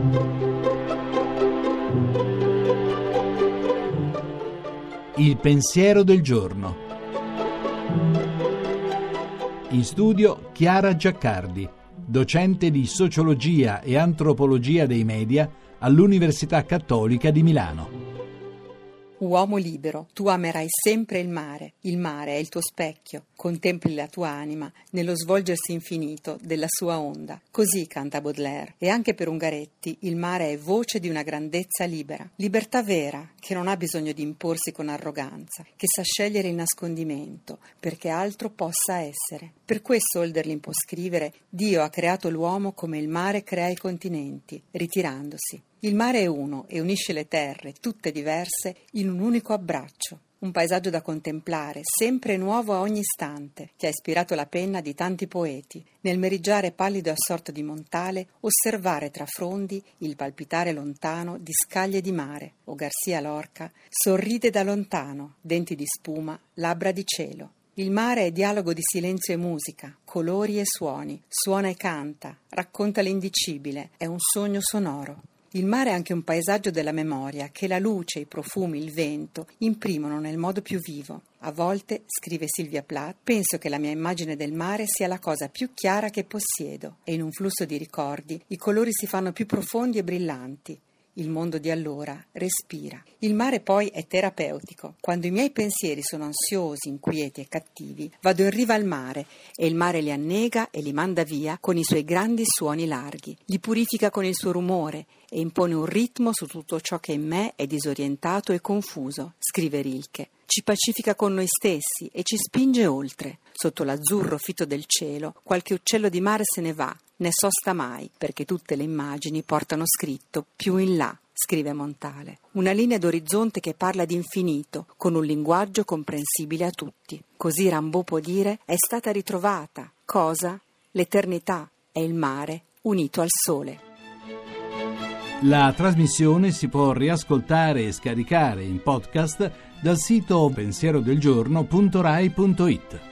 Il pensiero del giorno. In studio Chiara Giaccardi, docente di sociologia e antropologia dei media all'Università Cattolica di Milano. Uomo libero, tu amerai sempre il mare è il tuo specchio, contempli la tua anima nello svolgersi infinito della sua onda. Così canta Baudelaire, e anche per Ungaretti il mare è voce di una grandezza libera, libertà vera, che non ha bisogno di imporsi con arroganza, che sa scegliere il nascondimento, perché altro possa essere. Per questo Hölderlin può scrivere: Dio ha creato l'uomo come il mare crea i continenti, ritirandosi. Il mare è uno e unisce le terre, tutte diverse, in un unico abbraccio. Un paesaggio da contemplare, sempre nuovo a ogni istante, che ha ispirato la penna di tanti poeti. Nel meriggiare pallido e assorto di Montale, osservare tra frondi il palpitare lontano di scaglie di mare. O Garcia Lorca sorride da lontano, denti di spuma, labbra di cielo. Il mare è dialogo di silenzio e musica, colori e suoni, suona e canta, racconta l'indicibile, è un sogno sonoro. Il mare è anche un paesaggio della memoria che la luce, i profumi, il vento imprimono nel modo più vivo. A volte, scrive Sylvia Plath, penso che la mia immagine del mare sia la cosa più chiara che possiedo e in un flusso di ricordi i colori si fanno più profondi e brillanti. Il mondo di allora respira. Il mare poi è terapeutico. Quando i miei pensieri sono ansiosi, inquieti e cattivi, vado in riva al mare e il mare li annega e li manda via con i suoi grandi suoni larghi. Li purifica con il suo rumore e impone un ritmo su tutto ciò che in me è disorientato e confuso, scrive Rilke. Ci pacifica con noi stessi e ci spinge oltre. Sotto l'azzurro fitto del cielo, qualche uccello di mare se ne va, ne sosta mai, perché tutte le immagini portano scritto più in là, scrive Montale. Una linea d'orizzonte che parla di infinito, con un linguaggio comprensibile a tutti. Così Rimbaud può dire: è stata ritrovata. Cosa? L'eternità è il mare unito al sole. La trasmissione si può riascoltare e scaricare in podcast dal sito pensierodelgiorno.rai.it.